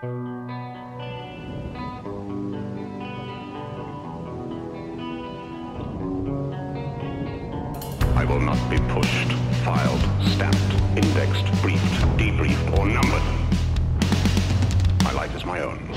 I will not be pushed, filed, stamped, indexed, briefed, debriefed, or numbered. My life is my own.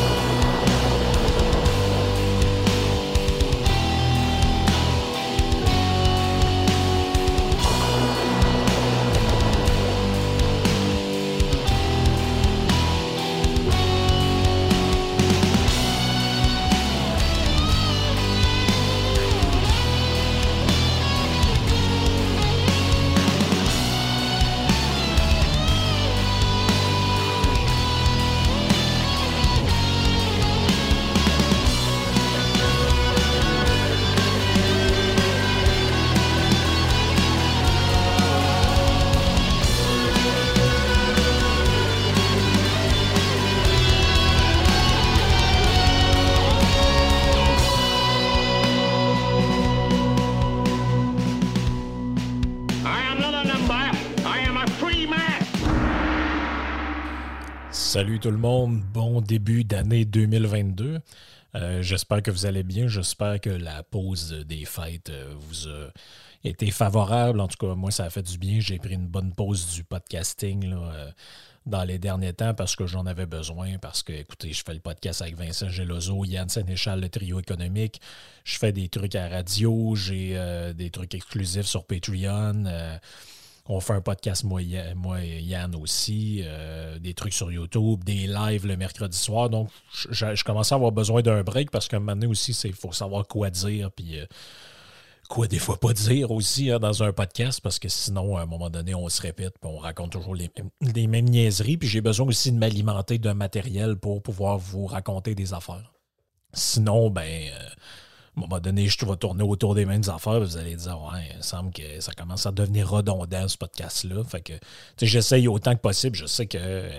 Salut tout le monde, bon début d'année 2022. J'espère que vous allez bien, j'espère que la pause des fêtes vous a été favorable. En tout cas, moi, ça a fait du bien. J'ai pris une bonne pause du podcasting là, dans les derniers temps parce que j'en avais besoin. Parce que, écoutez, je fais le podcast avec Vincent Gelozo, Yann Sénéchal, le trio économique. Je fais des trucs à radio, j'ai des trucs exclusifs sur Patreon. On fait un podcast, moi et Yann aussi, des trucs sur YouTube, des lives le mercredi soir. Donc, je commençais à avoir besoin d'un break parce qu'à un moment donné aussi, il faut savoir quoi dire, puis quoi des fois pas dire aussi dans un podcast parce que sinon, à un moment donné, on se répète puis on raconte toujours les mêmes niaiseries. Puis j'ai besoin aussi de m'alimenter d'un matériel pour pouvoir vous raconter des affaires. Sinon, à un moment donné, je vais tourner autour des mêmes affaires. Vous allez dire, ouais, il me semble que ça commence à devenir redondant, ce podcast-là. Fait que, j'essaye autant que possible. Je sais que,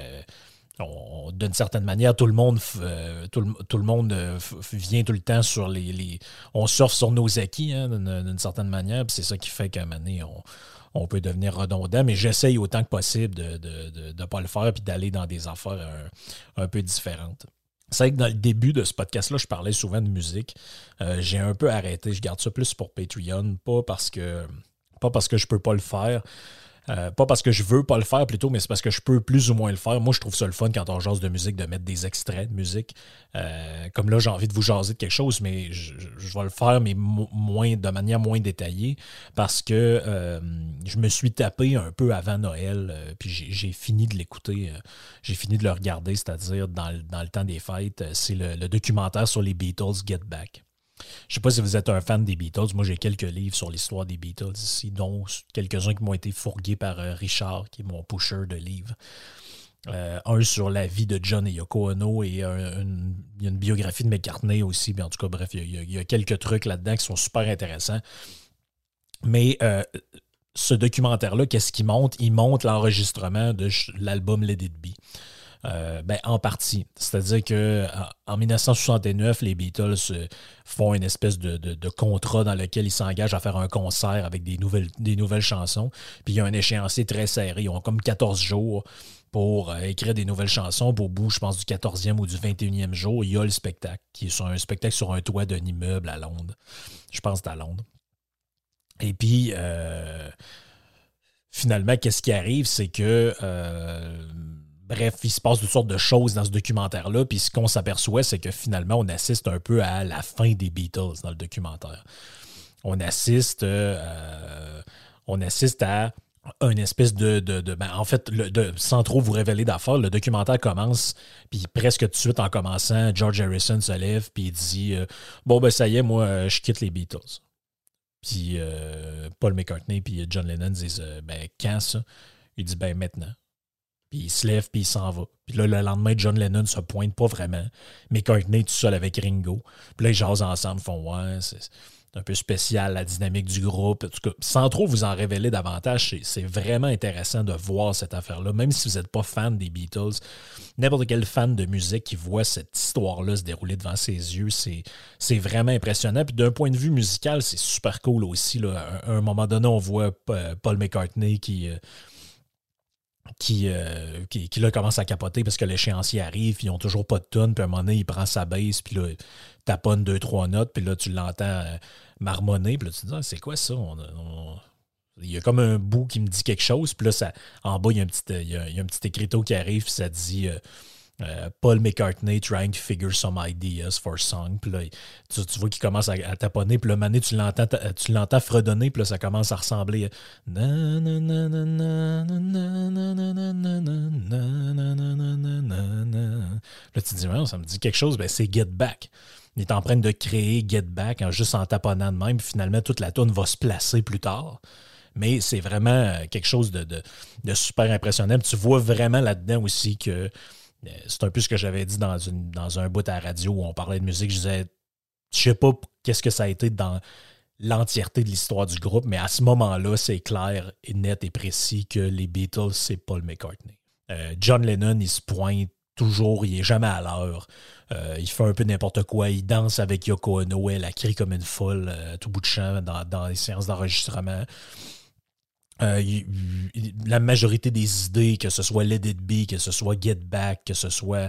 d'une certaine manière, tout le monde vient tout le temps sur on surfe sur nos acquis, d'une certaine manière. Puis c'est ça qui fait qu'à un moment donné, on peut devenir redondant. Mais j'essaye autant que possible de ne pas le faire puis d'aller dans des affaires un peu différentes. C'est vrai que dans le début de ce podcast-là, je parlais souvent de musique. J'ai un peu arrêté. Je garde ça plus pour Patreon, pas parce que je peux pas le faire. Pas parce que je veux pas le faire plutôt, mais c'est parce que je peux plus ou moins le faire. Moi, je trouve ça le fun quand on jase de musique, de mettre des extraits de musique. Comme là, j'ai envie de vous jaser de quelque chose, mais je vais le faire, mais de manière moins détaillée, parce que je me suis tapé un peu avant Noël, puis j'ai fini de l'écouter, j'ai fini de le regarder, c'est-à-dire dans le temps des fêtes. C'est le documentaire sur les Beatles, Get Back. Je ne sais pas si vous êtes un fan des Beatles. Moi, j'ai quelques livres sur l'histoire des Beatles ici, dont quelques-uns qui m'ont été fourgués par Richard, qui est mon pusher de livres. Un sur la vie de John et Yoko Ono et il y a une biographie de McCartney aussi. Mais en tout cas, bref, il y a quelques trucs là-dedans qui sont super intéressants. Mais ce documentaire-là, qu'est-ce qu'il montre? Il montre l'enregistrement de l'album Let It Be. En partie. C'est-à-dire qu'en 1969, les Beatles font une espèce de contrat dans lequel ils s'engagent à faire un concert avec des nouvelles chansons. Puis il y a un échéancier très serré. Ils ont comme 14 jours pour écrire des nouvelles chansons. Puis au bout, je pense, du 14e ou du 21e jour, il y a le spectacle, qui est un spectacle sur un toit d'un immeuble à Londres. Je pense que c'est à Londres. Et puis, finalement, qu'est-ce qui arrive? C'est que... bref, il se passe toutes sortes de choses dans ce documentaire-là, puis ce qu'on s'aperçoit, c'est que finalement, on assiste un peu à la fin des Beatles dans le documentaire. On assiste à une espèce en fait, sans trop vous révéler d'affaires, le documentaire commence, puis presque tout de suite, en commençant, George Harrison se lève, puis il dit ça y est, moi, je quitte les Beatles. Puis Paul McCartney puis John Lennon disent quand ça? Il dit maintenant. Puis il se lève, puis il s'en va. Puis là, le lendemain, John Lennon ne se pointe pas vraiment. McCartney tout seul avec Ringo. Puis là, ils jasent ensemble, font « Ouais, c'est un peu spécial, la dynamique du groupe. » En tout cas, sans trop vous en révéler davantage, c'est vraiment intéressant de voir cette affaire-là. Même si vous n'êtes pas fan des Beatles, n'importe quel fan de musique qui voit cette histoire-là se dérouler devant ses yeux, c'est vraiment impressionnant. Puis d'un point de vue musical, c'est super cool aussi. Là. À un moment donné, on voit Paul McCartney qui qui là commence à capoter parce que l'échéancier arrive, puis ils n'ont toujours pas de tune, puis à un moment donné, il prend sa bass, puis là, il taponne 2-3 notes, puis là, tu l'entends marmonner, puis là, tu te dis, ah, c'est quoi ça? Il y a comme un bout qui me dit quelque chose, puis là, en bas, il y a un petit écriteau qui arrive, puis ça dit Paul McCartney trying to figure some ideas for song. Puis là, tu vois qu'il commence à taponner, puis là, mané, tu l'entends fredonner, puis là, ça commence à ressembler à là, tu te dis, ça me dit quelque chose, ben c'est Get Back. Il est en train de créer Get Back juste en taponnant de même, puis finalement, toute la toune va se placer plus tard. Mais c'est vraiment quelque chose de super impressionnant. Puis tu vois vraiment là-dedans aussi que c'est un peu ce que j'avais dit dans un bout à la radio où on parlait de musique. Je disais, je sais pas qu'est-ce que ça a été dans l'entièreté de l'histoire du groupe, mais à ce moment-là, c'est clair et net et précis que les Beatles, c'est Paul McCartney. John Lennon, il se pointe toujours, il est jamais à l'heure. Il fait un peu n'importe quoi. Il danse avec Yoko Ono, elle crie comme une folle tout bout de champ dans les séances d'enregistrement. La majorité des idées, que ce soit Let It Be, que ce soit Get Back, que ce soit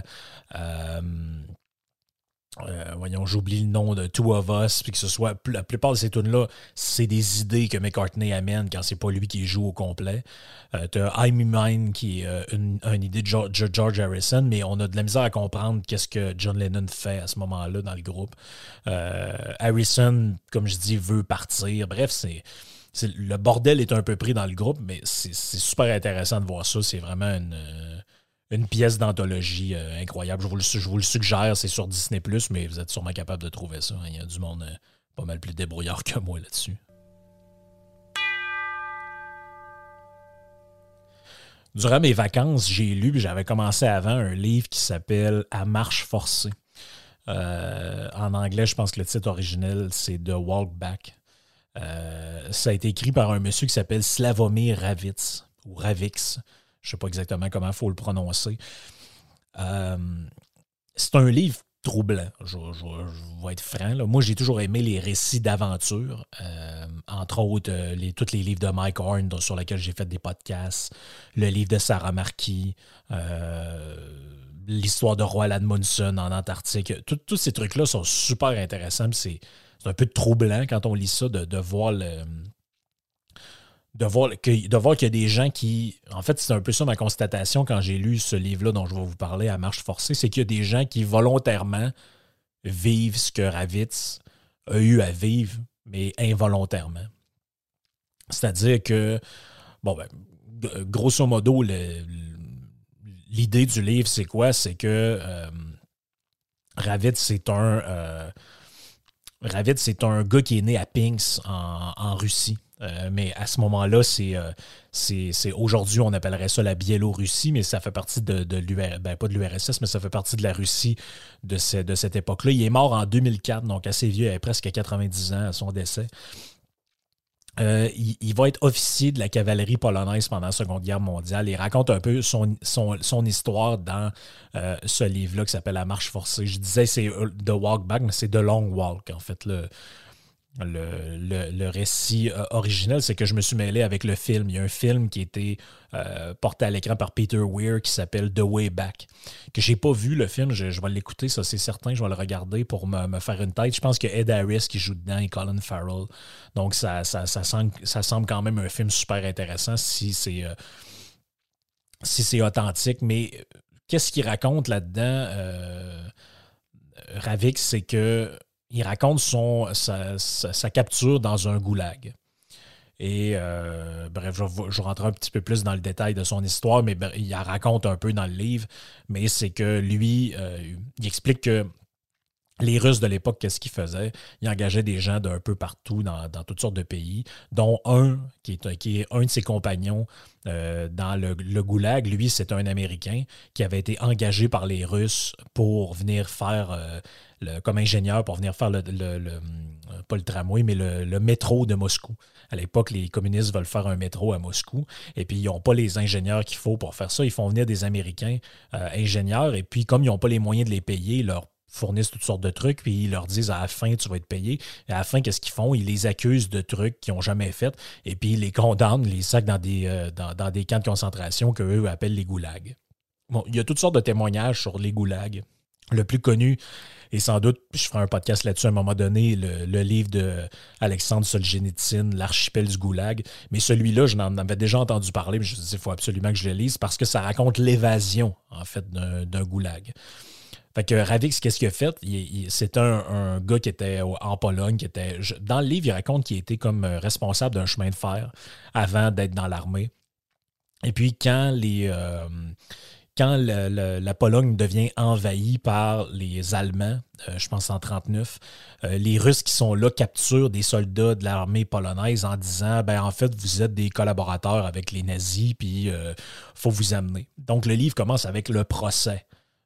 voyons, j'oublie le nom de Two of Us, puis que ce soit la plupart de ces tunes-là, c'est des idées que McCartney amène quand c'est pas lui qui joue au complet. T'as I'm Mine qui est une idée de George Harrison, mais on a de la misère à comprendre qu'est-ce que John Lennon fait à ce moment-là dans le groupe. Harrison, comme je dis, veut partir. Bref, le bordel est un peu pris dans le groupe, mais c'est super intéressant de voir ça. C'est vraiment une pièce d'anthologie incroyable. Je vous le suggère, c'est sur Disney+, mais vous êtes sûrement capable de trouver ça. Il y a du monde pas mal plus débrouillard que moi là-dessus. Durant mes vacances, j'ai lu, puis j'avais commencé avant, un livre qui s'appelle « À marche forcée ». En anglais, je pense que le titre original, c'est « The Walk Back ». Ça a été écrit par un monsieur qui s'appelle Slavomir Ravitz, ou Ravix. Je ne sais pas exactement comment il faut le prononcer. C'est un livre troublant, je vais être franc. Là. Moi, j'ai toujours aimé les récits d'aventure. Entre autres, tous les livres de Mike Horn sur lesquels j'ai fait des podcasts, le livre de Sarah Marquis, l'histoire de Roald Amundsen en Antarctique. Tous ces trucs-là sont super intéressants. C'est un peu troublant quand on lit ça, de voir qu'il y a des gens qui... En fait, c'est un peu ça ma constatation quand j'ai lu ce livre-là dont je vais vous parler, À marche forcée, c'est qu'il y a des gens qui volontairement vivent ce que Ravitz a eu à vivre, mais involontairement. C'est-à-dire que, grosso modo, l'idée du livre, c'est quoi? C'est que Ravitz, c'est un gars qui est né à Pinsk, en Russie. Mais à ce moment-là, c'est aujourd'hui, on appellerait ça la Biélorussie, mais ça fait partie de l'URSS, pas de l'URSS, mais ça fait partie de la Russie de cette époque-là. Il est mort en 2004, donc assez vieux, il avait presque 90 ans à son décès. Il va être officier de la cavalerie polonaise pendant la Seconde Guerre mondiale. Il raconte un peu son histoire dans ce livre-là qui s'appelle La marche forcée. Je disais c'est The Walk Back, mais c'est The Long Walk, en fait, le récit original, c'est que je me suis mêlé avec le film. Il y a un film qui a été porté à l'écran par Peter Weir qui s'appelle The Way Back, que j'ai pas vu le film. Je vais l'écouter, ça c'est certain. Je vais le regarder pour me faire une tête. Je pense que Ed Harris qui joue dedans et Colin Farrell. Donc ça semble quand même un film super intéressant si c'est authentique. Mais qu'est-ce qu'il raconte là-dedans, Ravix, c'est que il raconte sa capture dans un goulag. Et bref, je rentre un petit peu plus dans le détail de son histoire, mais il la raconte un peu dans le livre. Mais c'est que lui, il explique que les Russes de l'époque, qu'est-ce qu'ils faisaient? Ils engageaient des gens d'un peu partout, dans toutes sortes de pays, dont un qui est un de ses compagnons dans le goulag. Lui, c'est un Américain qui avait été engagé par les Russes pour venir faire, comme ingénieur, pour venir faire pas le tramway, mais le métro de Moscou. À l'époque, les communistes veulent faire un métro à Moscou, et puis ils n'ont pas les ingénieurs qu'il faut pour faire ça. Ils font venir des Américains ingénieurs, et puis comme ils n'ont pas les moyens de les payer, leur fournissent toutes sortes de trucs, puis ils leur disent à la fin, tu vas être payé. Et à la fin, qu'est-ce qu'ils font? Ils les accusent de trucs qu'ils n'ont jamais fait, et puis ils les condamnent, les sacs dans des camps de concentration qu'eux appellent les goulags. Bon, il y a toutes sortes de témoignages sur les goulags. Le plus connu, et sans doute, je ferai un podcast là-dessus à un moment donné, le livre d'Alexandre Solzhenitsyn, L'archipel du goulag. Mais celui-là, je n'en avais déjà entendu parler, mais je me suis dit, il faut absolument que je le lise parce que ça raconte l'évasion, en fait, d'un goulag. Fait que Ravix, qu'est-ce qu'il a fait? C'est un gars qui était en Pologne, dans le livre, il raconte qu'il était comme responsable d'un chemin de fer avant d'être dans l'armée. Et puis, quand la Pologne devient envahie par les Allemands, je pense en 1939, les Russes qui sont là capturent des soldats de l'armée polonaise en disant « en fait, vous êtes des collaborateurs avec les nazis, puis faut vous amener ». Donc, le livre commence avec le procès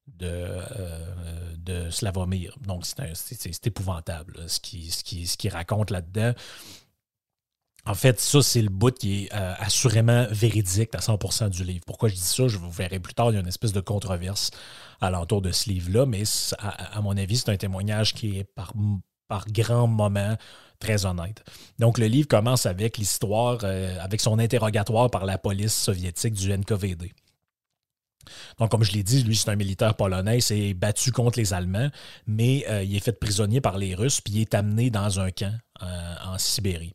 de Slavomir. Donc, c'est épouvantable, là, ce qu'il raconte là-dedans. En fait, ça, c'est le bout qui est assurément véridique à 100% du livre. Pourquoi je dis ça? Je vous verrai plus tard, il y a une espèce de controverse alentour de ce livre-là, mais à mon avis, c'est un témoignage qui est par grands moments très honnête. Donc, le livre commence avec l'histoire, avec son interrogatoire par la police soviétique du NKVD. Donc, comme je l'ai dit, lui, c'est un militaire polonais, il s'est battu contre les Allemands, mais il est fait prisonnier par les Russes, puis il est amené dans un camp en Sibérie.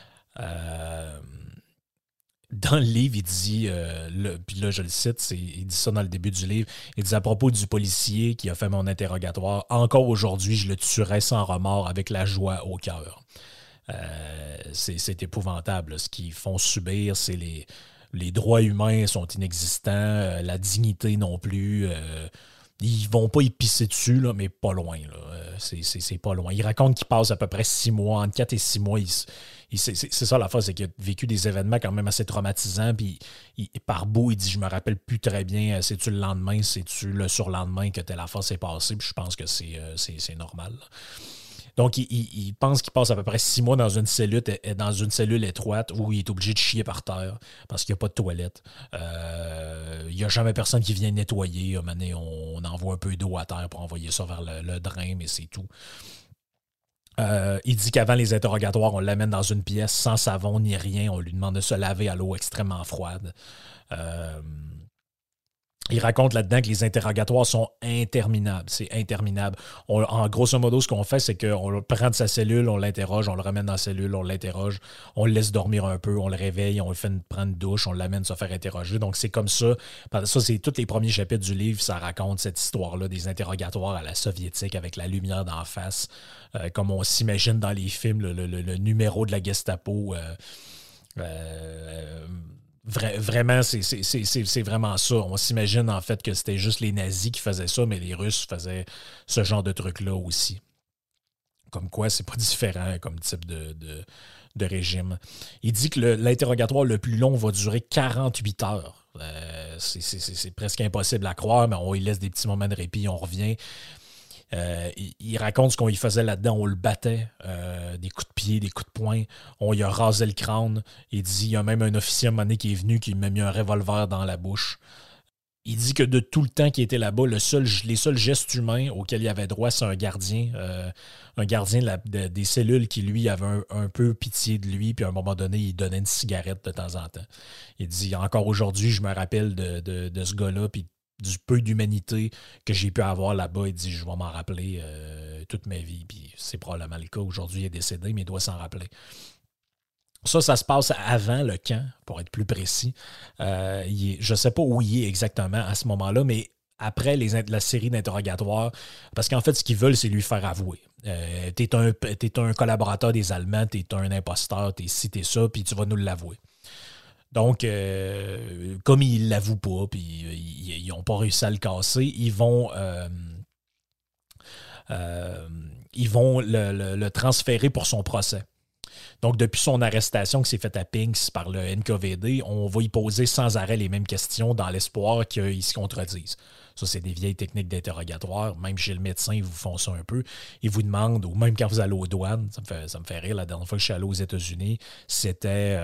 Dans le livre, il dit, puis là je le cite, il dit ça dans le début du livre, il dit à propos du policier qui a fait mon interrogatoire, encore aujourd'hui je le tuerais sans remords avec la joie au cœur. C'est épouvantable, là. Ce qu'ils font subir, c'est les droits humains sont inexistants, la dignité non plus. Ils vont pas y pisser dessus, là, mais pas loin. Là. C'est pas loin. Il raconte qu'il passe à peu près 6 mois, entre 4 et 6 mois. C'est ça la phase, c'est qu'il a vécu des événements quand même assez traumatisants. Puis par bout, il dit, je me rappelle plus très bien, c'est-tu le lendemain, c'est-tu le surlendemain que telle affaire s'est passée. Puis je pense que c'est normal. Là. Donc, il pense qu'il passe à peu près 6 mois dans une cellule étroite où il est obligé de chier par terre parce qu'il n'y a pas de toilette. Il n'y a jamais personne qui vient nettoyer. On envoie un peu d'eau à terre pour envoyer ça vers le drain, mais c'est tout. Il dit qu'avant les interrogatoires, on l'amène dans une pièce sans savon ni rien. On lui demande de se laver à l'eau extrêmement froide. Il raconte là-dedans que les interrogatoires sont interminables. C'est interminable. En grosso modo, ce qu'on fait, c'est qu'on le prend de sa cellule, on l'interroge, on le ramène dans la cellule, on l'interroge, on le laisse dormir un peu, on le réveille, on le fait prendre une douche, on l'amène se faire interroger. Donc, c'est comme ça. Ça, c'est tous les premiers chapitres du livre. Ça raconte cette histoire-là des interrogatoires à la soviétique avec la lumière d'en face. Comme on s'imagine dans les films, le numéro de la Gestapo. Vraiment, c'est vraiment ça. On s'imagine en fait que c'était juste les nazis qui faisaient ça, mais les Russes faisaient ce genre de truc-là aussi. Comme quoi, c'est pas différent comme type de régime. Il dit que l'interrogatoire le plus long va durer 48 heures. C'est presque impossible à croire, mais on y laisse des petits moments de répit, on revient. Il raconte ce qu'on y faisait là-dedans. On le battait, des coups de pied, des coups de poing. On y a rasé le crâne. Il dit, il y a même un officier à un moment donné qui est venu, qui m'a mis un revolver dans la bouche. Il dit que de tout le temps qu'il était là-bas, les seuls gestes humains auxquels il avait droit, c'est un gardien des cellules qui, lui, avait un peu pitié de lui, puis à un moment donné, il donnait une cigarette de temps en temps. Il dit, encore aujourd'hui, je me rappelle de ce gars-là, puis du peu d'humanité que j'ai pu avoir là-bas. Il dit, je vais m'en rappeler toute ma vie. Puis c'est probablement le cas. Aujourd'hui, il est décédé, mais il doit s'en rappeler. Ça se passe avant le camp, pour être plus précis. Je ne sais pas où il est exactement à ce moment-là, mais après la série d'interrogatoires, parce qu'en fait, ce qu'ils veulent, c'est lui faire avouer. T'es un collaborateur des Allemands, t'es un imposteur, t'es ci, t'es ça, puis tu vas nous l'avouer. Donc, comme ils ne l'avouent pas, puis ils n'ont pas réussi à le casser, ils vont le transférer pour son procès. Donc, depuis son arrestation qui s'est faite à Pinsk par le NKVD, on va y poser sans arrêt les mêmes questions dans l'espoir qu'ils se contredisent. Ça, c'est des vieilles techniques d'interrogatoire. Même chez le médecin, ils vous font ça un peu. Ils vous demandent, ou même quand vous allez aux douanes, ça me fait rire, la dernière fois que je suis allé aux États-Unis, c'était...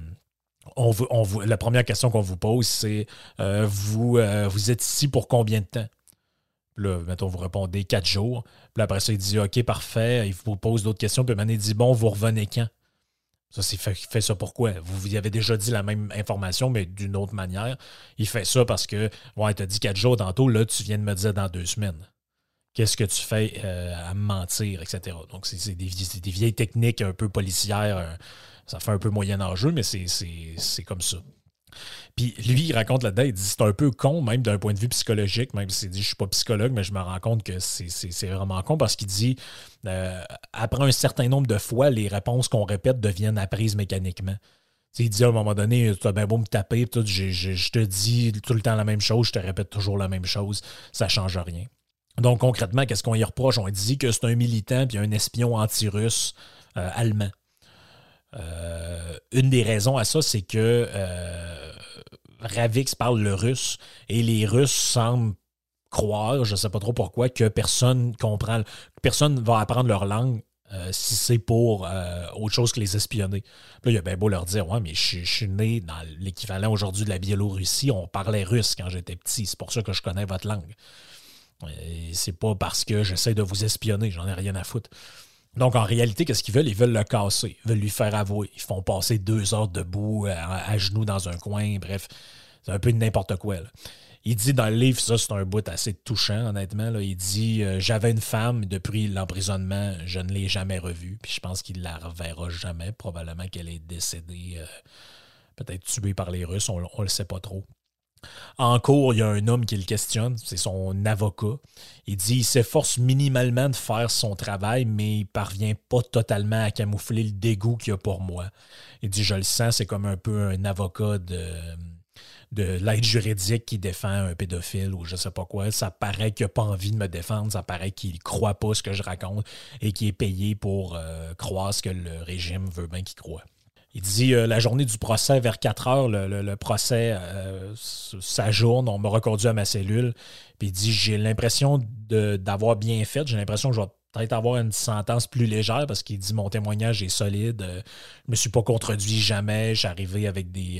la première question qu'on vous pose, c'est vous êtes ici pour combien de temps? Puis là, mettons, vous répondez 4 jours. Puis après ça, il dit OK, parfait. Il vous pose d'autres questions. Puis maintenant, il dit bon, vous revenez quand? Ça, c'est fait ça pourquoi? Vous y avez déjà dit la même information, mais d'une autre manière. Il fait ça parce que, ouais, t'as dit 4 jours tantôt, là, tu viens de me dire dans 2 semaines. Qu'est-ce que tu fais à me mentir, etc. Donc, c'est des vieilles techniques un peu policières. Ça fait un peu moyen-âgeux, mais c'est comme ça. Puis lui, il raconte là-dedans, il dit c'est un peu con, même d'un point de vue psychologique, même s'il dit je suis pas psychologue, mais je me rends compte que c'est vraiment con parce qu'il dit après un certain nombre de fois, les réponses qu'on répète deviennent apprises mécaniquement. T'sais, il dit à un moment donné, tu as bien beau me taper, je te dis tout le temps la même chose, je te répète toujours la même chose, ça change rien. Donc concrètement, qu'est-ce qu'on y reproche? On dit que c'est un militant puis un espion anti-russe allemand. Une des raisons à ça, c'est que Ravix parle le russe et les Russes semblent croire, je ne sais pas trop pourquoi, que personne comprend, personne va apprendre leur langue si c'est pour autre chose que les espionner. Puis là, il a bien beau leur dire ouais, mais je suis né dans l'équivalent aujourd'hui de la Biélorussie, on parlait russe quand j'étais petit, c'est pour ça que je connais votre langue. Et c'est pas parce que j'essaie de vous espionner, j'en ai rien à foutre. Donc, en réalité, qu'est-ce qu'ils veulent? Ils veulent le casser. Ils veulent lui faire avouer. Ils font passer 2 heures debout, à genoux dans un coin. Bref, c'est un peu n'importe quoi. Là. Il dit dans le livre, ça, c'est un bout assez touchant, honnêtement. Là. Il dit j'avais une femme, depuis l'emprisonnement, je ne l'ai jamais revue. Puis je pense qu'il ne la reverra jamais. Probablement qu'elle est décédée, peut-être tuée par les Russes. On ne le sait pas trop. En cours, il y a un homme qui le questionne, c'est son avocat. Il dit il s'efforce minimalement de faire son travail, mais il parvient pas totalement à camoufler le dégoût qu'il y a pour moi. Il dit je le sens, c'est comme un peu un avocat de l'aide juridique qui défend un pédophile ou je sais pas quoi. Ça paraît qu'il n'a pas envie de me défendre, ça paraît qu'il ne croit pas ce que je raconte et qu'il est payé pour croire ce que le régime veut bien qu'il croit. Il dit la journée du procès, vers 4 heures, le procès s'ajourne, on me reconduit à ma cellule. Puis il dit j'ai l'impression d'avoir bien fait, j'ai l'impression que je vais peut-être avoir une sentence plus légère parce qu'il dit mon témoignage est solide, je me suis pas contredit jamais, j'arrivais avec des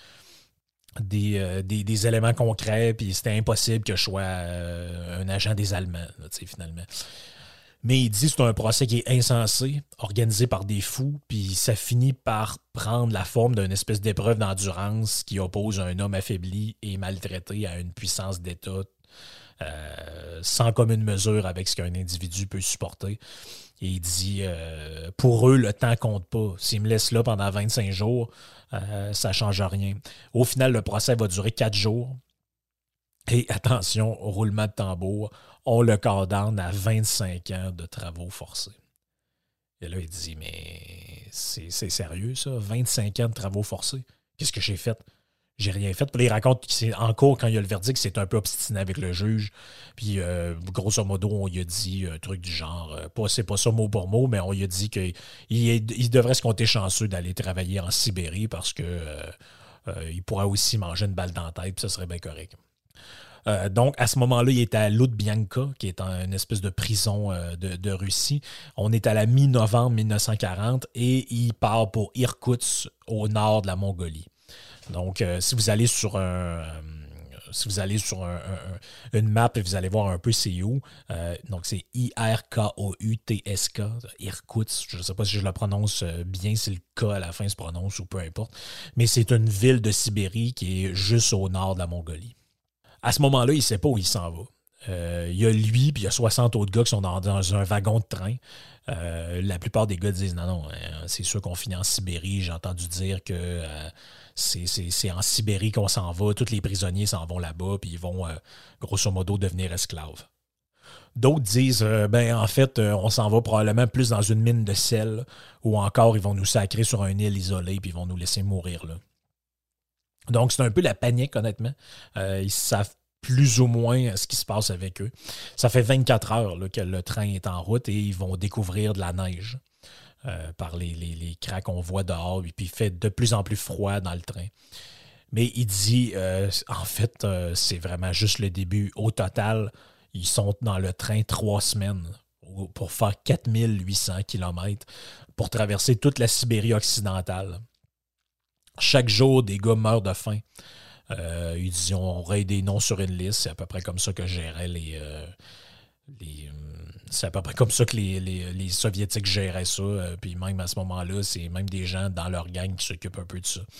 éléments concrets, puis c'était impossible que je sois un agent des Allemands, là, finalement. Mais il dit que c'est un procès qui est insensé, organisé par des fous, puis ça finit par prendre la forme d'une espèce d'épreuve d'endurance qui oppose un homme affaibli et maltraité à une puissance d'État sans commune mesure avec ce qu'un individu peut supporter. Et il dit, pour eux, le temps compte pas. S'ils me laissent là pendant 25 jours, ça ne change rien. Au final, le procès va durer 4 jours. Et attention, au roulement de tambour, on le condamne à 25 ans de travaux forcés. Et là, il dit, mais c'est sérieux ça, 25 ans de travaux forcés? Qu'est-ce que j'ai fait? J'ai rien fait. Puis là, il raconte que c'est en cours, quand il y a le verdict, c'est un peu obstiné avec le juge. Puis, grosso modo, on lui a dit un truc du genre, c'est pas ça mot pour mot, mais on lui a dit qu'il devrait se compter chanceux d'aller travailler en Sibérie parce que il pourrait aussi manger une balle dans la tête, puis ça serait bien correct. Donc, à ce moment-là, il est à Lubyanka, qui est une espèce de prison de Russie. On est à la mi-novembre 1940 et il part pour Irkoutsk, au nord de la Mongolie. Donc, si vous allez sur une map et vous allez voir un peu c'est où, donc c'est IRKOUTSK, Irkoutsk, je ne sais pas si je le prononce bien, si le K à la fin se prononce ou peu importe, mais c'est une ville de Sibérie qui est juste au nord de la Mongolie. À ce moment-là, il ne sait pas où il s'en va. Il y a lui, puis il y a 60 autres gars qui sont dans un wagon de train. La plupart des gars disent non, c'est sûr qu'on finit en Sibérie. J'ai entendu dire que c'est en Sibérie qu'on s'en va. Tous les prisonniers s'en vont là-bas, puis ils vont, grosso modo, devenir esclaves. D'autres disent, en fait, on s'en va probablement plus dans une mine de sel, ou encore ils vont nous sacrer sur une île isolée, puis ils vont nous laisser mourir là. Donc, c'est un peu la panique, honnêtement. Ils savent plus ou moins ce qui se passe avec eux. Ça fait 24 heures là, que le train est en route et ils vont découvrir de la neige par les craques qu'on voit dehors. Et puis, il fait de plus en plus froid dans le train. Mais il dit, en fait, c'est vraiment juste le début. Au total, ils sont dans le train 3 semaines pour faire 4800 km pour traverser toute la Sibérie occidentale. Chaque jour, des gars meurent de faim. Il dit on aurait des noms sur une liste. C'est à peu près comme ça que je gérais c'est à peu près comme ça que les Soviétiques géraient ça. Puis même à ce moment-là, c'est même des gens dans leur gang qui s'occupent un peu de ça.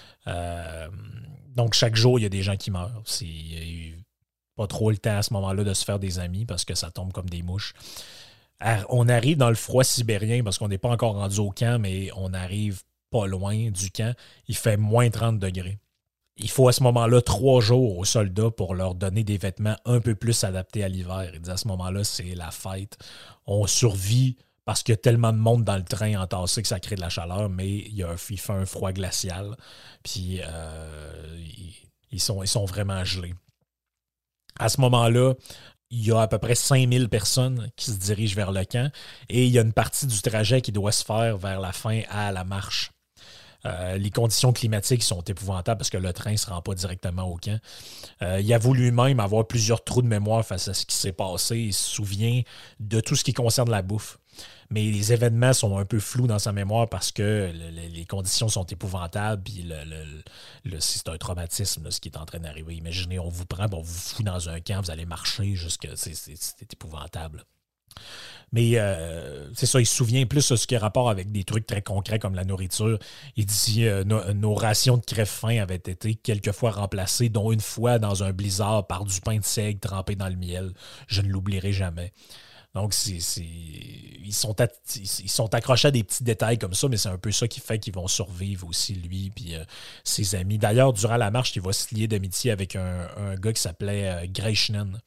Donc chaque jour, il y a des gens qui meurent. C'est pas trop le temps à ce moment-là de se faire des amis parce que ça tombe comme des mouches. On arrive dans le froid sibérien parce qu'on n'est pas encore rendu au camp, mais on arrive pas loin du camp. Il fait moins 30 degrés. Il faut à ce moment-là 3 jours aux soldats pour leur donner des vêtements un peu plus adaptés à l'hiver. Il dit à ce moment-là, c'est la fête. On survit parce qu'il y a tellement de monde dans le train entassé que ça crée de la chaleur, mais il fait un froid glacial. Puis ils sont vraiment gelés. À ce moment-là, il y a à peu près 5000 personnes qui se dirigent vers le camp et il y a une partie du trajet qui doit se faire vers la fin à la marche. Les conditions climatiques sont épouvantables parce que le train ne se rend pas directement au camp. Il avoue lui-même avoir plusieurs trous de mémoire face à ce qui s'est passé. Il se souvient de tout ce qui concerne la bouffe. Mais les événements sont un peu flous dans sa mémoire parce que les conditions sont épouvantables puis c'est un traumatisme là, ce qui est en train d'arriver. Imaginez, on vous prend, on vous fout dans un camp, vous allez marcher jusque c'est épouvantable. Mais c'est ça, il se souvient plus de ce qui a rapport avec des trucs très concrets comme la nourriture. Il dit nos rations de crève-faim avaient été quelquefois remplacées, dont une fois dans un blizzard par du pain de seigle trempé dans le miel. Je ne l'oublierai jamais. Donc, ils sont accrochés à des petits détails comme ça, mais c'est un peu ça qui fait qu'ils vont survivre aussi, lui et ses amis. D'ailleurs, durant la marche, il va se lier d'amitié avec un gars qui s'appelait Grechnen.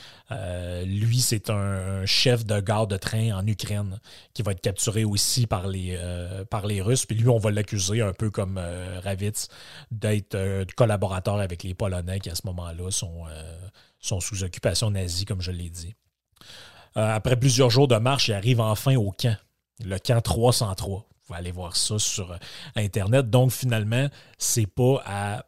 Lui, c'est un chef de gare de train en Ukraine qui va être capturé aussi par les Russes. Puis lui, on va l'accuser, un peu comme Ravitz, d'être collaborateur avec les Polonais qui, à ce moment-là, sont sous occupation nazie, comme je l'ai dit. Après plusieurs jours de marche, il arrive enfin au camp, le camp 303. Vous pouvez aller voir ça sur Internet. Donc, finalement, c'est pas à...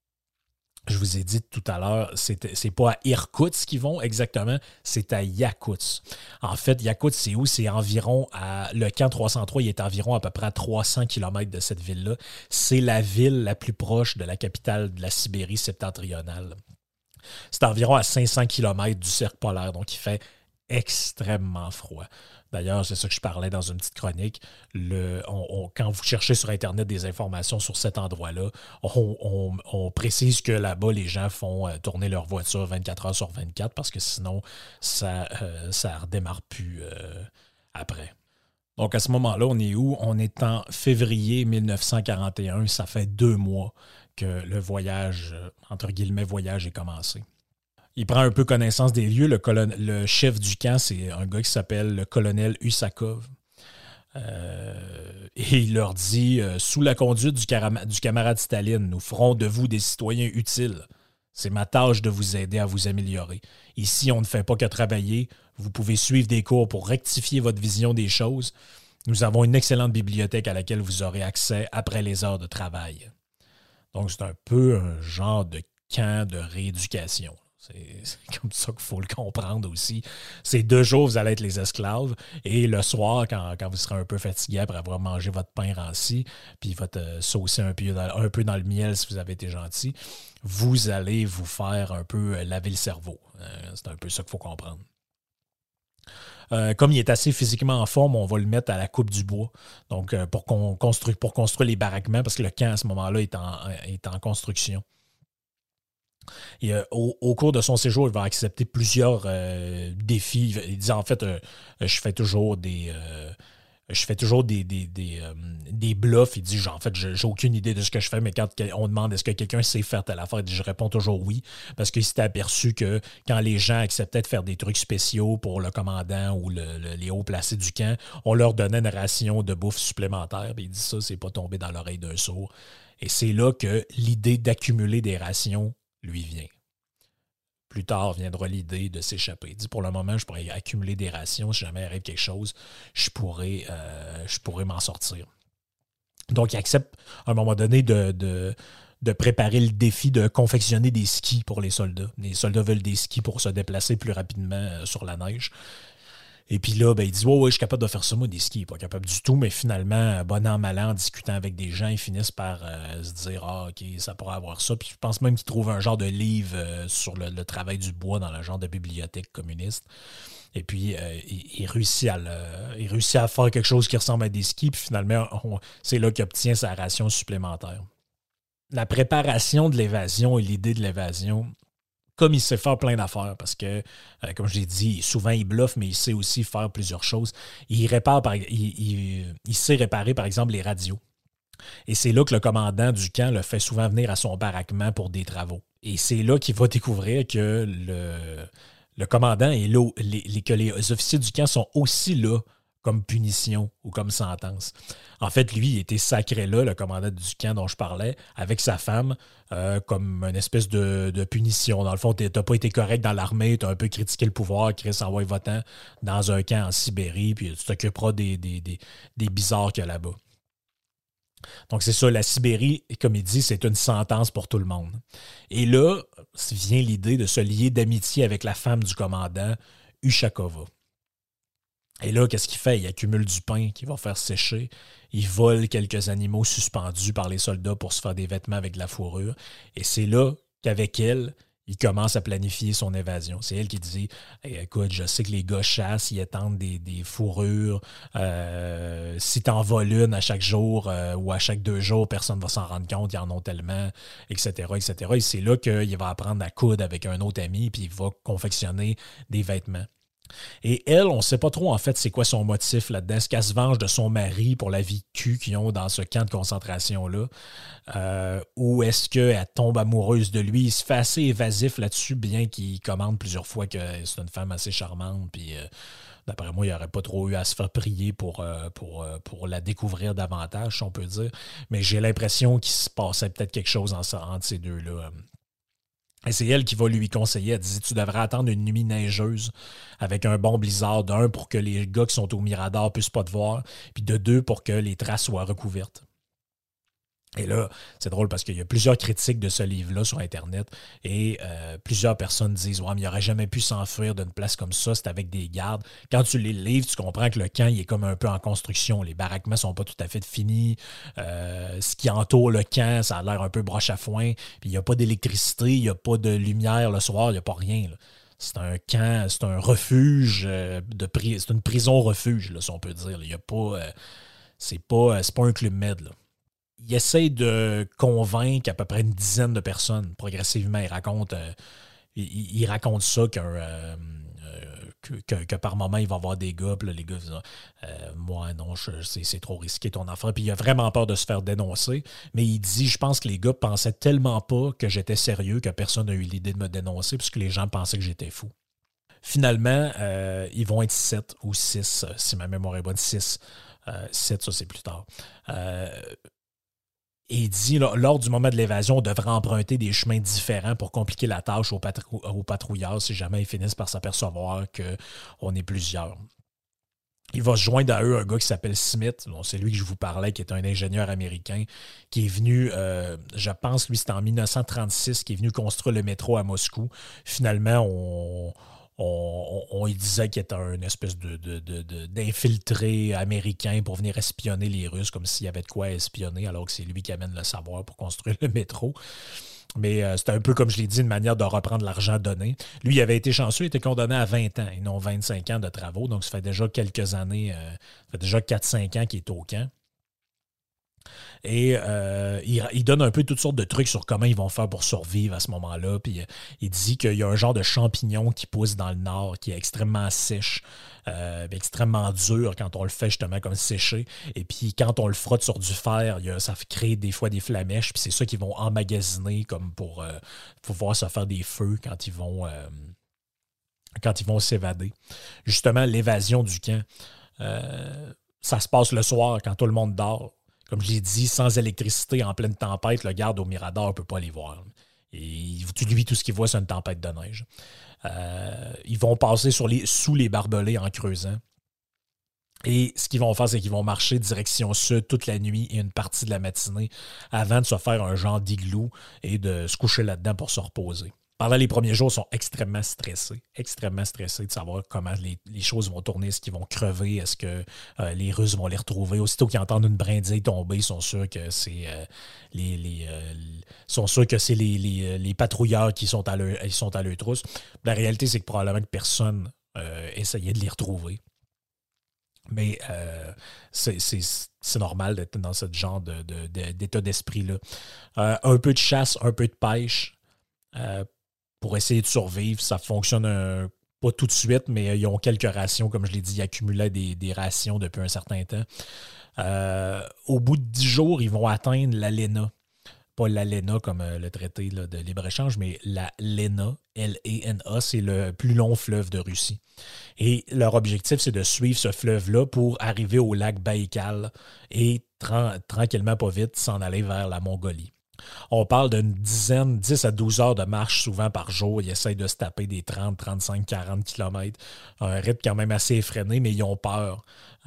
Je vous ai dit tout à l'heure, c'est pas à Irkoutsk qu'ils vont exactement, c'est à Yakoutsk. En fait, Yakoutsk, c'est où? C'est environ le camp 303, il est environ à peu près à 300 km de cette ville-là. C'est la ville la plus proche de la capitale de la Sibérie septentrionale. C'est environ à 500 km du cercle polaire, donc il fait extrêmement froid. D'ailleurs, c'est ça que je parlais dans une petite chronique. Quand vous cherchez sur Internet des informations sur cet endroit-là, on précise que là-bas, les gens font tourner leur voiture 24 heures sur 24 parce que sinon, ça ne redémarre plus après. Donc, à ce moment-là, on est où? On est en février 1941. Ça fait 2 mois que le voyage, entre guillemets, voyage est commencé. Il prend un peu connaissance des lieux. Le chef du camp, c'est un gars qui s'appelle le colonel Usakov. Et il leur dit « Sous la conduite du camarade Staline, nous ferons de vous des citoyens utiles. C'est ma tâche de vous aider à vous améliorer. Ici, on ne fait pas que travailler. Vous pouvez suivre des cours pour rectifier votre vision des choses. Nous avons une excellente bibliothèque à laquelle vous aurez accès après les heures de travail. » Donc, c'est un peu un genre de camp de rééducation. C'est comme ça qu'il faut le comprendre aussi. Ces 2 jours, vous allez être les esclaves. Et le soir, quand vous serez un peu fatigué après avoir mangé votre pain ranci, puis votre saucer un peu dans le miel si vous avez été gentil, vous allez vous faire un peu laver le cerveau. C'est un peu ça qu'il faut comprendre. Comme il est assez physiquement en forme, on va le mettre à la coupe du bois. Donc, pour construire les baraquements, parce que le camp à ce moment-là est en construction. Et au cours de son séjour, il va accepter plusieurs défis. Il dit en fait, je fais toujours des bluffs. Il dit, en fait, j'ai aucune idée de ce que je fais, mais quand on demande est-ce que quelqu'un sait faire telle affaire, je réponds toujours oui, parce qu'il s'était aperçu que quand les gens acceptaient de faire des trucs spéciaux pour le commandant ou les hauts placés du camp, on leur donnait une ration de bouffe supplémentaire. Puis il dit ça, c'est pas tombé dans l'oreille d'un sourd. Et c'est là que l'idée d'accumuler des rations lui vient. Plus tard viendra l'idée de s'échapper. Il dit, pour le moment, je pourrais accumuler des rations. Si jamais arrive quelque chose, je pourrais m'en sortir. Donc, il accepte à un moment donné de préparer le défi de confectionner des skis pour les soldats. Les soldats veulent des skis pour se déplacer plus rapidement sur la neige. Et puis là, ben, il dit ouais, je suis capable de faire ça, moi, des skis. Il n'est pas capable du tout, mais finalement, bon an, mal an, en discutant avec des gens, ils finissent par se dire ah, OK, ça pourrait avoir ça. Puis je pense même qu'ils trouvent un genre de livre sur le travail du bois dans le genre de bibliothèque communiste. Et puis, il réussit il réussit à faire quelque chose qui ressemble à des skis. Puis finalement, c'est là qu'il obtient sa ration supplémentaire. La préparation de l'évasion et l'idée de l'évasion, comme il sait faire plein d'affaires, parce que, comme je l'ai dit, souvent il bluffe, mais il sait aussi faire plusieurs choses. Il sait réparer, par exemple, les radios. Et c'est là que le commandant du camp le fait souvent venir à son baraquement pour des travaux. Et c'est là qu'il va découvrir que le commandant est là, que les officiers du camp sont aussi là comme punition ou comme sentence. En fait, lui, il était sacré là, le commandant du camp dont je parlais, avec sa femme, comme une espèce de punition. Dans le fond, tu n'as pas été correct dans l'armée, tu as un peu critiqué le pouvoir, Chris envoie votant dans un camp en Sibérie, puis tu t'occuperas des bizarres qu'il y a là-bas. Donc, c'est ça, la Sibérie, comme il dit, c'est une sentence pour tout le monde. Et là, vient l'idée de se lier d'amitié avec la femme du commandant, Ushakova. Et là, qu'est-ce qu'il fait? Il accumule du pain qu'il va faire sécher. Il vole quelques animaux suspendus par les soldats pour se faire des vêtements avec de la fourrure. Et c'est là qu'avec elle, il commence à planifier son évasion. C'est elle qui dit hey, écoute, je sais que les gars chassent, ils étendent des fourrures. Si t'en voles une à chaque jour ou à chaque 2 jours, personne ne va s'en rendre compte, ils en ont tellement, etc., etc. Et c'est là qu'il va apprendre à coudre avec un autre ami, puis il va confectionner des vêtements. Et elle, on ne sait pas trop en fait c'est quoi son motif là-dedans. Est-ce qu'elle se venge de son mari pour la vie de cul qu'ils ont dans ce camp de concentration-là? Ou est-ce qu'elle tombe amoureuse de lui? Il se fait assez évasif là-dessus, bien qu'il commande plusieurs fois que c'est une femme assez charmante. Puis d'après moi, il n'aurait pas trop eu à se faire prier pour la découvrir davantage, si on peut dire. Mais j'ai l'impression qu'il se passait peut-être quelque chose entre ces deux-là. Et c'est elle qui va lui conseiller. Elle dit tu devrais attendre une nuit neigeuse avec un bon blizzard, d'un pour que les gars qui sont au Mirador ne puissent pas te voir, puis de 2 pour que les traces soient recouvertes. Et là, c'est drôle parce qu'il y a plusieurs critiques de ce livre-là sur Internet et plusieurs personnes disent « Ouais, mais il n'aurait jamais pu s'enfuir d'une place comme ça, c'est avec des gardes. » Quand tu lis le livre, tu comprends que le camp il est comme un peu en construction. Les baraquements ne sont pas tout à fait finis. Ce qui entoure le camp, ça a l'air un peu broche à foin. Puis il n'y a pas d'électricité, il n'y a pas de lumière le soir, il n'y a pas rien. Là. C'est un camp, c'est un refuge, c'est une prison-refuge, là, si on peut dire. Il y a pas, c'est pas un club med, là. Il essaie de convaincre à peu près une dizaine de personnes progressivement. Il raconte ça que par moment, il va y avoir des gars, puis là, les gars disent moi, non, c'est trop risqué ton affaire. Puis il a vraiment peur de se faire dénoncer. Mais il dit je pense que les gars pensaient tellement pas que j'étais sérieux que personne n'a eu l'idée de me dénoncer puisque les gens pensaient que j'étais fou. Finalement, ils vont être 7 ou 6, si ma mémoire est bonne, 6. 7, ça, c'est plus tard. Et il dit, lors du moment de l'évasion, on devrait emprunter des chemins différents pour compliquer la tâche aux patrouilleurs si jamais ils finissent par s'apercevoir qu'on est plusieurs. Il va se joindre à eux un gars qui s'appelle Smith, c'est lui que je vous parlais, qui est un ingénieur américain, qui est venu, je pense, lui, c'était en 1936, qui est venu construire le métro à Moscou. Finalement, on disait qu'il était une espèce d'infiltré américain pour venir espionner les Russes, comme s'il y avait de quoi espionner, alors que c'est lui qui amène le savoir pour construire le métro. Mais c'était un peu, comme je l'ai dit, une manière de reprendre l'argent donné. Lui, il avait été chanceux, il était condamné à 20 ans et non 25 ans de travaux. Donc, ça fait déjà quelques années, ça fait déjà 4-5 ans qu'il est au camp. Et il donne un peu toutes sortes de trucs sur comment ils vont faire pour survivre à ce moment-là. Puis il dit qu'il y a un genre de champignon qui pousse dans le nord, qui est extrêmement sèche, extrêmement dur quand on le fait justement comme séché. Et puis quand on le frotte sur du fer, ça crée des fois des flamèches. Puis c'est ça qu'ils vont emmagasiner comme pour pouvoir se faire des feux quand ils vont s'évader. Justement, l'évasion du camp, ça se passe le soir quand tout le monde dort. Comme je l'ai dit, sans électricité, en pleine tempête, le garde au Mirador ne peut pas les voir. Et lui, tout ce qu'il voit, c'est une tempête de neige. Ils vont passer sous les barbelés en creusant. Et ce qu'ils vont faire, c'est qu'ils vont marcher direction sud toute la nuit et une partie de la matinée avant de se faire un genre d'igloo et de se coucher là-dedans pour se reposer. Pendant les premiers jours, ils sont extrêmement stressés de savoir comment les choses vont tourner, est-ce qu'ils vont crever, est-ce que les Russes vont les retrouver. Aussitôt qu'ils entendent une brindille tomber, ils sont sûrs que c'est les patrouilleurs qui sont à leur trousse. La réalité, c'est que probablement que personne essayait de les retrouver. Mais c'est normal d'être dans ce genre d'état d'esprit-là. Un peu de chasse, un peu de pêche. Pour essayer de survivre. Ça fonctionne pas tout de suite, mais ils ont quelques rations. Comme je l'ai dit, ils accumulaient des rations depuis un certain temps. Au bout de 10 jours, ils vont atteindre la LENA. Pas la LENA comme le traité là, de libre-échange, mais la LENA, L-E-N-A, c'est le plus long fleuve de Russie. Et leur objectif, c'est de suivre ce fleuve-là pour arriver au lac Baïkal et tranquillement, pas vite, s'en aller vers la Mongolie. On parle d'une 10 à 12 heures de marche souvent par jour. Ils essayent de se taper des 30, 35, 40 kilomètres. Un rythme quand même assez effréné, mais ils ont peur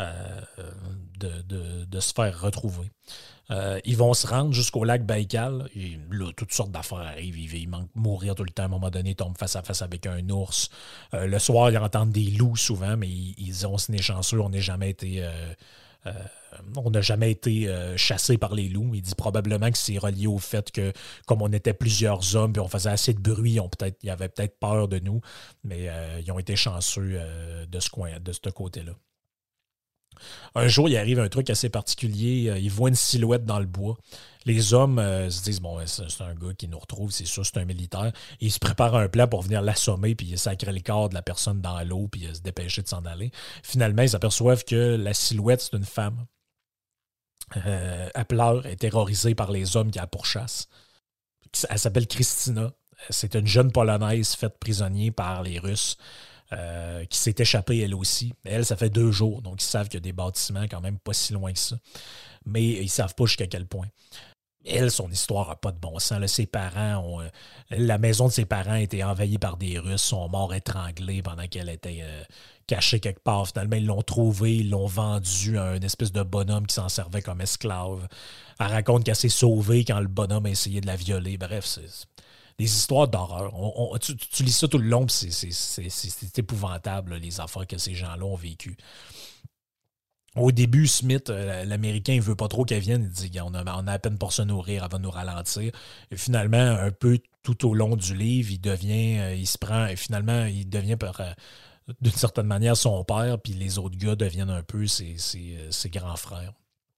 de se faire retrouver. Ils vont se rendre jusqu'au lac Baïkal. Et là, toutes sortes d'affaires arrivent. Ils manquent mourir tout le temps. À un moment donné, ils tombent face à face avec un ours. Le soir, ils entendent des loups souvent, mais ils ont ce nez chanceux. On n'a jamais été... on n'a jamais été chassé par les loups. Il dit probablement que c'est relié au fait que, comme on était plusieurs hommes et on faisait assez de bruit, ils avaient peut-être peur de nous, mais ils ont été chanceux de ce côté-là. Un jour, il arrive un truc assez particulier. Ils voient une silhouette dans le bois. Les hommes se disent, bon, c'est un gars qui nous retrouve, c'est sûr, c'est un militaire. Et ils se préparent un plan pour venir l'assommer, puis sacrer le corps de la personne dans l'eau, puis se dépêcher de s'en aller. Finalement, ils s'aperçoivent que la silhouette, c'est une femme. Elle pleure, elle est terrorisée par les hommes qui la pourchassent. Elle s'appelle Christina. C'est une jeune Polonaise faite prisonnière par les Russes. Qui s'est échappée elle aussi. Elle, ça fait 2 jours, donc ils savent qu'il y a des bâtiments quand même pas si loin que ça. Mais ils ne savent pas jusqu'à quel point. Elle, son histoire n'a pas de bon sens. Là, ses parents la maison de ses parents a été envahie par des Russes, sont morts étranglés pendant qu'elle était cachée quelque part. Finalement, ils l'ont trouvée, ils l'ont vendue à une espèce de bonhomme qui s'en servait comme esclave. Elle raconte qu'elle s'est sauvée quand le bonhomme a essayé de la violer. Bref, c'est des histoires d'horreur. Tu lis ça tout le long, puis c'est épouvantable, là, les affaires que ces gens-là ont vécues. Au début, Smith, l'Américain, il veut pas trop qu'elle vienne. Il dit on a à peine pour se nourrir, elle va nous ralentir. Et finalement, un peu tout au long du livre, il devient d'une certaine manière son père, puis les autres gars deviennent un peu ses grands frères.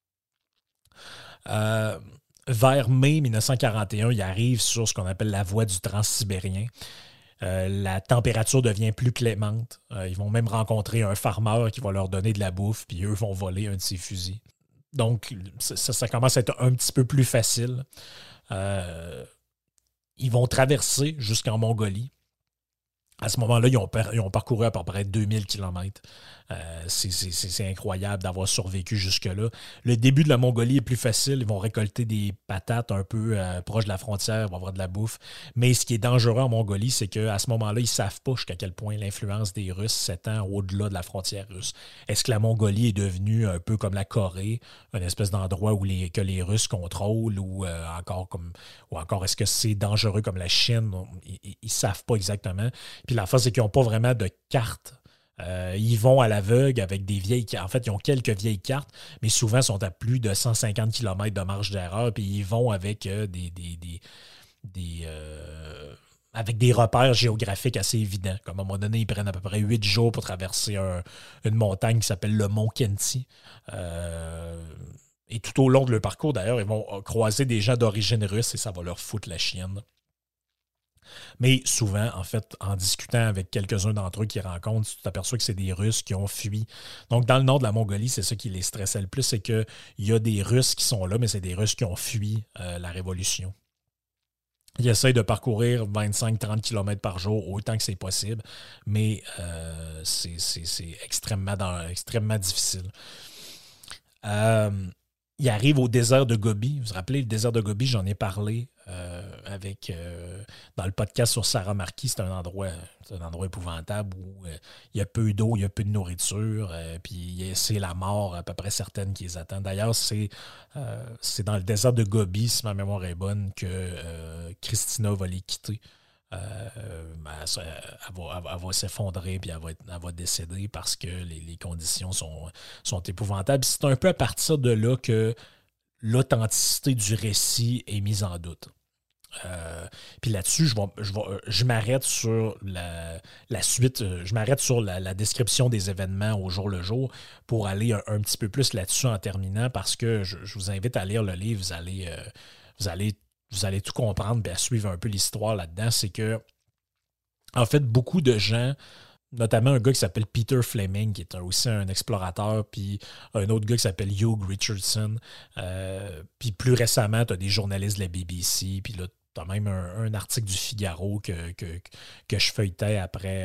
Vers mai 1941, il arrive sur ce qu'on appelle la voie du Transsibérien. La température devient plus clémente. Ils vont même rencontrer un farmer qui va leur donner de la bouffe, puis eux vont voler un de ses fusils. Donc, ça commence à être un petit peu plus facile. Ils vont traverser jusqu'en Mongolie. À ce moment-là, ils ont parcouru à peu près 2000 km. C'est incroyable d'avoir survécu jusque-là. Le début de la Mongolie est plus facile. Ils vont récolter des patates un peu proches de la frontière, ils vont avoir de la bouffe. Mais ce qui est dangereux en Mongolie, c'est qu'à ce moment-là, ils ne savent pas jusqu'à quel point l'influence des Russes s'étend au-delà de la frontière russe. Est-ce que la Mongolie est devenue un peu comme la Corée, une espèce d'endroit que les Russes contrôlent, ou encore est-ce que c'est dangereux comme la Chine? Ils ne savent pas exactement. Puis la face, c'est qu'ils n'ont pas vraiment de carte. Ils vont à l'aveugle avec des vieilles cartes. En fait, ils ont quelques vieilles cartes, mais souvent sont à plus de 150 km de marge d'erreur, puis ils vont avec avec des repères géographiques assez évidents. Comme à un moment donné, ils prennent à peu près 8 jours pour traverser une montagne qui s'appelle le Mont Khenti. Et tout au long de leur parcours, d'ailleurs, ils vont croiser des gens d'origine russe et ça va leur foutre la chienne. Mais souvent, en fait, en discutant avec quelques-uns d'entre eux qu'ils rencontrent, tu t'aperçois que c'est des Russes qui ont fui. Donc, dans le nord de la Mongolie, c'est ça qui les stressait le plus, c'est qu'il y a des Russes qui sont là, mais c'est des Russes qui ont fui la révolution. Ils essayent de parcourir 25-30 km par jour autant que c'est possible, mais c'est extrêmement difficile. Ils arrivent au désert de Gobi. Vous vous rappelez, le désert de Gobi, j'en ai parlé dans le podcast sur Sarah Marquis. C'est un endroit épouvantable où il y a peu d'eau, il y a peu de nourriture, puis c'est la mort à peu près certaine qui les attend. D'ailleurs, c'est dans le désert de Gobi, si ma mémoire est bonne, que Christina va les quitter. elle va s'effondrer puis elle va décéder parce que les conditions sont épouvantables. C'est un peu à partir de là que l'authenticité du récit est mise en doute. Puis là-dessus, je m'arrête sur la suite, je m'arrête sur la description des événements au jour le jour pour aller un petit peu plus là-dessus en terminant parce que je vous invite à lire le livre, vous allez tout comprendre et à suivre un peu l'histoire là-dedans. C'est que, en fait, beaucoup de gens, notamment un gars qui s'appelle Peter Fleming, qui est aussi un explorateur, puis un autre gars qui s'appelle Hugh Richardson, puis plus récemment, tu as des journalistes de la BBC, puis là, tu as même un article du Figaro que je feuilletais après,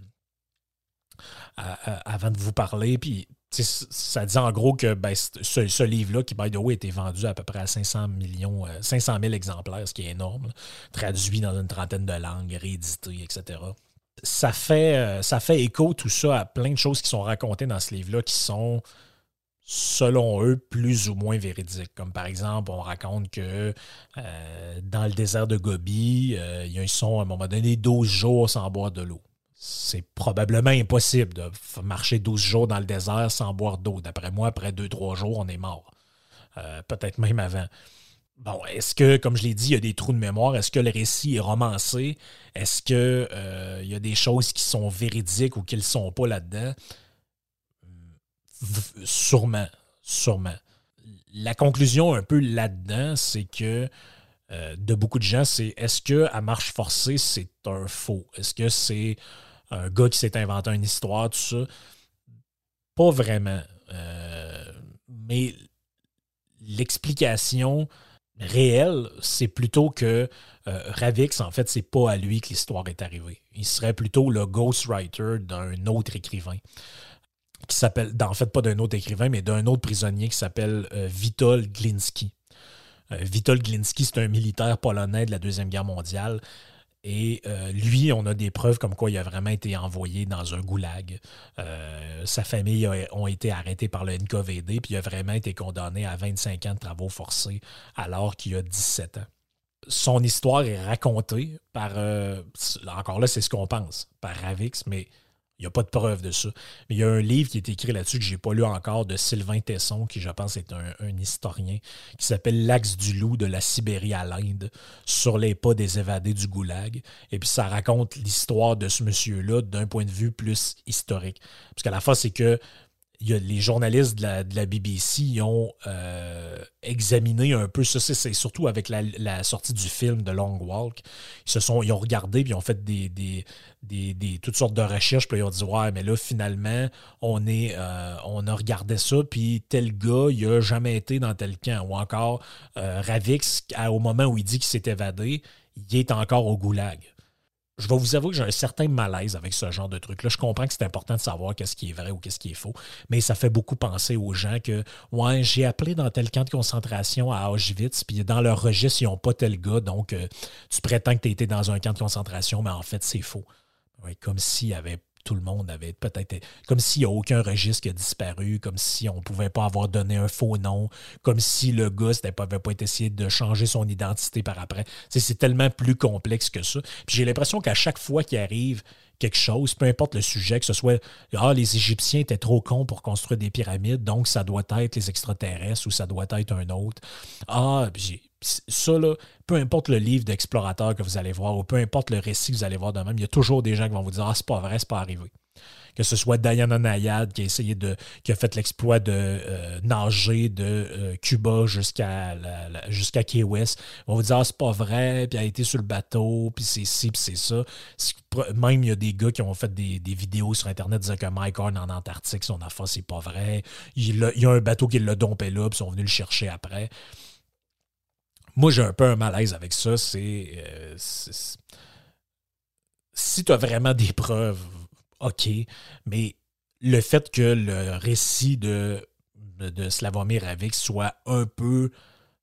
avant de vous parler, puis ça dit en gros que ce livre-là, qui, by the way, a été vendu à peu près à 500 000 exemplaires, ce qui est énorme, là, traduit dans une trentaine de langues, réédité, etc. Ça fait écho, tout ça, à plein de choses qui sont racontées dans ce livre-là qui sont, selon eux, plus ou moins véridiques. Comme par exemple, on raconte que dans le désert de Gobi, ils sont à un moment donné 12 jours sans boire de l'eau. C'est probablement impossible de marcher 12 jours dans le désert sans boire d'eau. D'après moi, après 2-3 jours, on est mort. Peut-être même avant. Bon, est-ce que, comme je l'ai dit, il y a des trous de mémoire? Est-ce que le récit est romancé? Est-ce que il y a des choses qui sont véridiques ou qui ne le sont pas là-dedans? Sûrement. La conclusion un peu là-dedans, c'est que de beaucoup de gens, c'est est-ce que à marche forcée, c'est un faux? Est-ce que c'est un gars qui s'est inventé une histoire, tout ça? Pas vraiment. Mais l'explication réelle, c'est plutôt que Ravix, en fait, c'est pas à lui que l'histoire est arrivée. Il serait plutôt le ghostwriter d'un autre écrivain qui s'appelle, en fait, pas d'un autre écrivain, mais d'un autre prisonnier qui s'appelle Witold Glinski. Witold Glinski, c'est un militaire polonais de la Deuxième Guerre mondiale. Et lui, on a des preuves comme quoi il a vraiment été envoyé dans un goulag. Sa famille ont été arrêtés par le NKVD, puis il a vraiment été condamné à 25 ans de travaux forcés alors qu'il a 17 ans. Son histoire est racontée par, encore là, c'est ce qu'on pense, par Ravix, mais il n'y a pas de preuve de ça. Mais il y a un livre qui est écrit là-dessus que je n'ai pas lu encore de Sylvain Tesson, qui je pense est un historien, qui s'appelle L'Axe du loup de la Sibérie à l'Inde, sur les pas des évadés du goulag. Et puis ça raconte l'histoire de ce monsieur-là d'un point de vue plus historique. Parce qu'à la fois, c'est que les journalistes de la BBC ils ont examiné un peu ça. C'est surtout avec la sortie du film de Long Walk. Ils ont regardé puis ils ont fait toutes sortes de recherches. Puis ils ont dit ouais, mais là, finalement, on a regardé ça. Puis tel gars, il n'a jamais été dans tel camp. Ou encore, Ravix, au moment où il dit qu'il s'est évadé, il est encore au goulag. Je vais vous avouer que j'ai un certain malaise avec ce genre de truc-là. Je comprends que c'est important de savoir qu'est-ce qui est vrai ou qu'est-ce qui est faux, mais ça fait beaucoup penser aux gens que ouais, j'ai appelé dans tel camp de concentration à Auschwitz, puis dans leur registre, ils n'ont pas tel gars, donc tu prétends que tu as été dans un camp de concentration, mais en fait, c'est faux. Ouais, comme s'il y avait tout le monde avait peut-être... Comme s'il n'y a aucun registre qui a disparu, comme si on ne pouvait pas avoir donné un faux nom, comme si le gars n'avait pas essayé de changer son identité par après. C'est tellement plus complexe que ça. Puis j'ai l'impression qu'à chaque fois qu'il arrive quelque chose, peu importe le sujet, que ce soit « Ah, les Égyptiens étaient trop cons pour construire des pyramides, donc ça doit être les extraterrestres ou ça doit être un autre. » Ah, ça, là, peu importe le livre d'explorateur que vous allez voir ou peu importe le récit que vous allez voir de même, il y a toujours des gens qui vont vous dire « Ah, c'est pas vrai, c'est pas arrivé. » Que ce soit Diana Nayad qui a fait l'exploit de nager de Cuba jusqu'à Key West. On va vous dire, ah, c'est pas vrai, puis elle a été sur le bateau, puis c'est ci, puis c'est ça. Même, il y a des gars qui ont fait des vidéos sur Internet disant que Mike Horn en Antarctique, son affaire, c'est pas vrai. Il y a un bateau qui l'a dompé là, puis ils sont venus le chercher après. Moi, j'ai un peu un malaise avec ça. Si tu as vraiment des preuves, OK, mais le fait que le récit de Slavomir Ravix soit un peu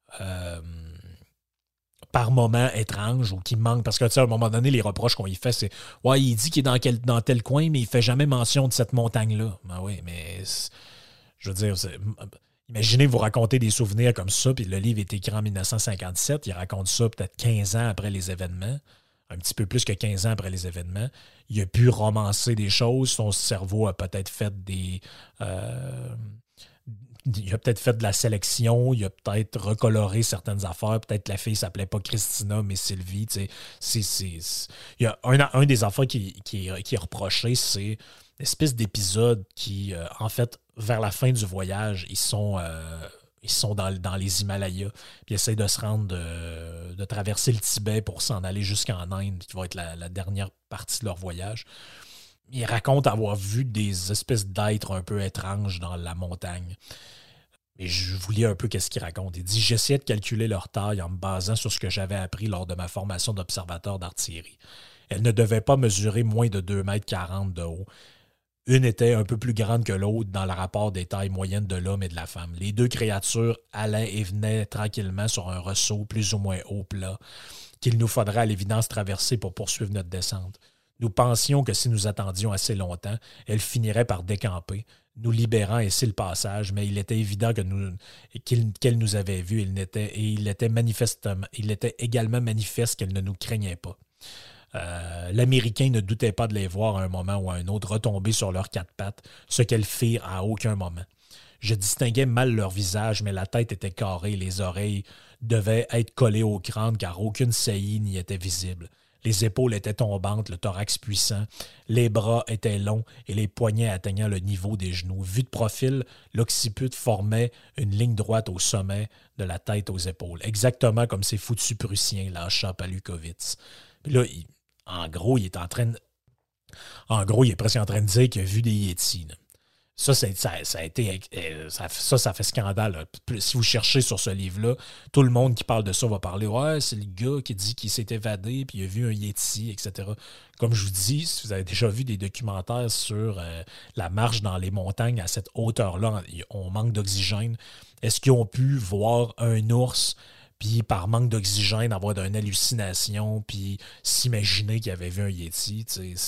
par moment étrange ou qu'il manque, parce que tu sais, à un moment donné, les reproches qu'on y fait, c'est « Ouais, il dit qu'il est dans tel coin, mais il fait jamais mention de cette montagne-là. » Ben oui, mais je veux dire, imaginez vous raconter des souvenirs comme ça, puis le livre est écrit en 1957, il raconte ça peut-être 15 ans après les événements. un petit peu plus que 15 ans après les événements. Il a pu romancer des choses. Son cerveau a peut-être fait il a peut-être fait de la sélection, il a peut-être recoloré certaines affaires. Peut-être la fille ne s'appelait pas Christina, mais Sylvie. Il y a un des affaires qui est reproché, c'est l'espèce d'épisode qui, en fait, vers la fin du voyage, ils sont dans les Himalayas, puis ils essayent de se rendre, de traverser le Tibet pour s'en aller jusqu'en Inde, qui va être la dernière partie de leur voyage. Ils racontent avoir vu des espèces d'êtres un peu étranges dans la montagne. Et je vous lis un peu qu'est-ce qu'il raconte. Il dit « J'essayais de calculer leur taille en me basant sur ce que j'avais appris lors de ma formation d'observateur d'artillerie. Elles ne devaient pas mesurer moins de 2,40 m de haut. Une était un peu plus grande que l'autre dans le rapport des tailles moyennes de l'homme et de la femme. Les deux créatures allaient et venaient tranquillement sur un ressaut plus ou moins haut plat qu'il nous faudrait à l'évidence traverser pour poursuivre notre descente. Nous pensions que si nous attendions assez longtemps, elles finiraient par décamper, nous libérant ainsi le passage, mais il était évident qu'elle nous avait vus il était également manifeste qu'elle ne nous craignait pas. L'Américain ne doutait pas de les voir à un moment ou à un autre retomber sur leurs quatre pattes, ce qu'elles firent à aucun moment. Je distinguais mal leur visage, mais la tête était carrée, les oreilles devaient être collées au crâne car aucune saillie n'y était visible. Les épaules étaient tombantes, le thorax puissant, les bras étaient longs et les poignets atteignant le niveau des genoux. Vu de profil, l'occiput formait une ligne droite au sommet de la tête aux épaules, exactement comme ces foutus Prussiens lâchant Palukowitz. Puis là, en gros, il est presque en train de dire qu'il a vu des Yétis. Là. Ça fait scandale. Là. Si vous cherchez sur ce livre-là, tout le monde qui parle de ça va parler « Ouais, c'est le gars qui dit qu'il s'est évadé puis il a vu un Yéti, etc. » Comme je vous dis, si vous avez déjà vu des documentaires sur la marche dans les montagnes à cette hauteur-là, on manque d'oxygène. Est-ce qu'ils ont pu voir un ours puis par manque d'oxygène avoir une hallucination puis s'imaginer qu'il avait vu un Yéti?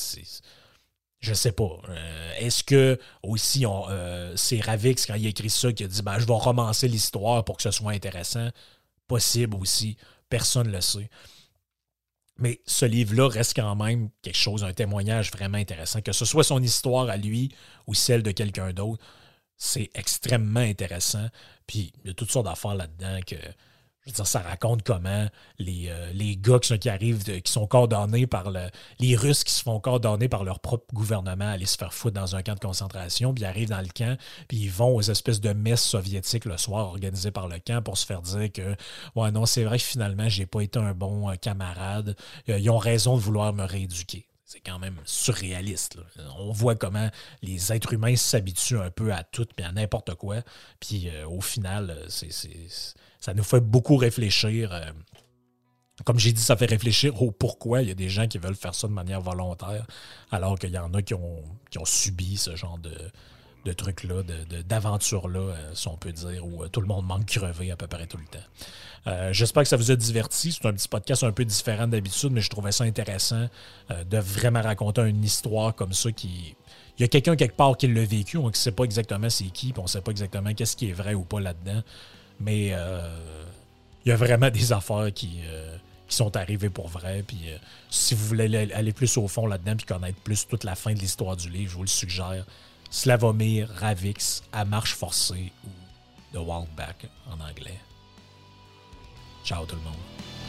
Je sais pas. Est-ce que aussi c'est Ravix, quand il a écrit ça, qui a dit je vais romancer l'histoire pour que ce soit intéressant? Possible aussi. Personne ne le sait. Mais ce livre-là reste quand même quelque chose, un témoignage vraiment intéressant. Que ce soit son histoire à lui ou celle de quelqu'un d'autre, c'est extrêmement intéressant. Puis il y a toutes sortes d'affaires là-dedans que. Je veux dire, ça raconte comment les gars qui arrivent, qui sont coordonnés par les Russes qui se font coordonner par leur propre gouvernement à aller se faire foutre dans un camp de concentration, puis ils arrivent dans le camp, puis ils vont aux espèces de messes soviétiques le soir organisées par le camp pour se faire dire que ouais, non, c'est vrai que finalement, j'ai pas été un bon camarade. Ils ont raison de vouloir me rééduquer. C'est quand même surréaliste. Là. On voit comment les êtres humains s'habituent un peu à tout et à n'importe quoi. Puis au final, ça nous fait beaucoup réfléchir. Comme j'ai dit, ça fait réfléchir au pourquoi il y a des gens qui veulent faire ça de manière volontaire, alors qu'il y en a qui ont subi ce genre de trucs-là, d'aventures-là, si on peut dire, où tout le monde manque crever à peu près tout le temps. J'espère que ça vous a diverti. C'est un petit podcast un peu différent d'habitude, mais je trouvais ça intéressant de vraiment raconter une histoire comme ça qui... Il y a quelqu'un quelque part qui l'a vécu, on ne sait pas exactement c'est qui, puis on ne sait pas exactement qu'est-ce qui est vrai ou pas là-dedans, mais il y a vraiment des affaires qui sont arrivées pour vrai, puis si vous voulez aller plus au fond là-dedans puis connaître plus toute la fin de l'histoire du livre, je vous le suggère. Slavomir Ravix, À marche forcée ou The Walk Back en anglais. Ciao tout le monde.